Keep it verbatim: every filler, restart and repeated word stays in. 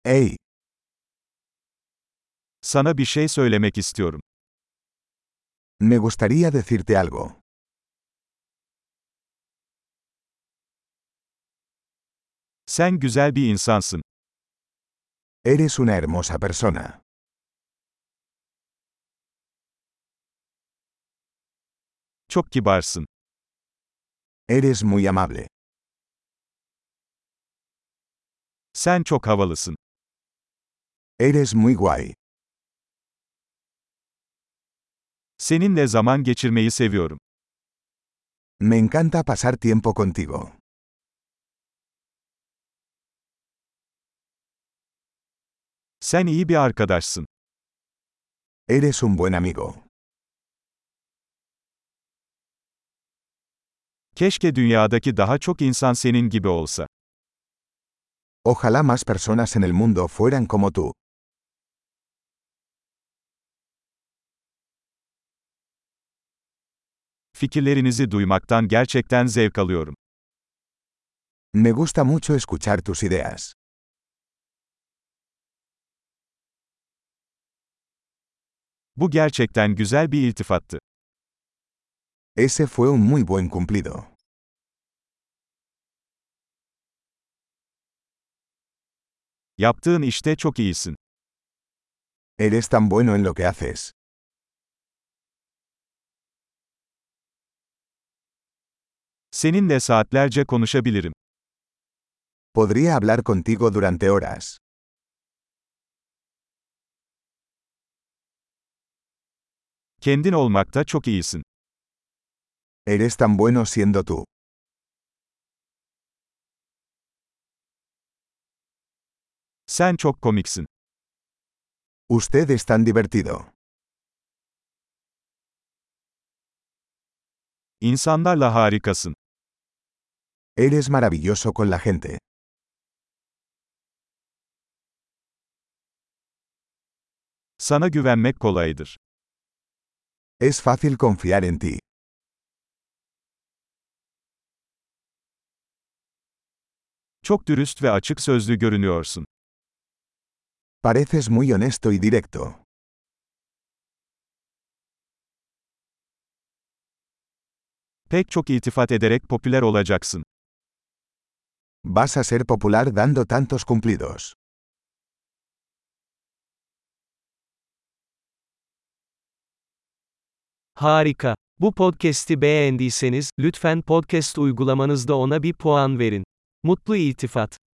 Hey, Sana bir şey söylemek istiyorum. me gustaría decirte algo. Sen güzel bir insansın. Eres una hermosa persona. Çok kibarsın. Eres muy amable. Sen çok havalısın. Eres muy guay. Seninle zaman geçirmeyi seviyorum. Me encanta pasar tiempo contigo. Sen iyi bir arkadaşsın. Eres un buen amigo. Keşke dünyadaki daha çok insan senin gibi olsa. Ojalá más personas en el mundo fueran como tú. Fikirlerinizi duymaktan gerçekten zevk alıyorum. Me gusta mucho escuchar tus ideas. Bu gerçekten güzel bir iltifattı. Ese fue un muy buen cumplido. Yaptığın işte çok iyisin. Eres tan bueno en lo que haces. Seninle saatlerce konuşabilirim. Podría hablar contigo durante horas. Kendin olmakta çok iyisin. Eres tan bueno siendo tú. Sen çok komiksin. Usted es tan divertido. İnsanlarla harikasın. Eres maravilloso con la gente. Sana güvenmek kolaydır. Es fácil confiar en ti. Çok dürüst ve açık sözlü görünüyorsun. Pareces muy honesto y directo. Pek çok iltifat ederek popüler olacaksın. Vas a ser popular dando tantos cumplidos. Harika. Bu podcast'i beğendiyseniz, lütfen podcast uygulamanızda ona bir puan verin. Mutlu iltifat.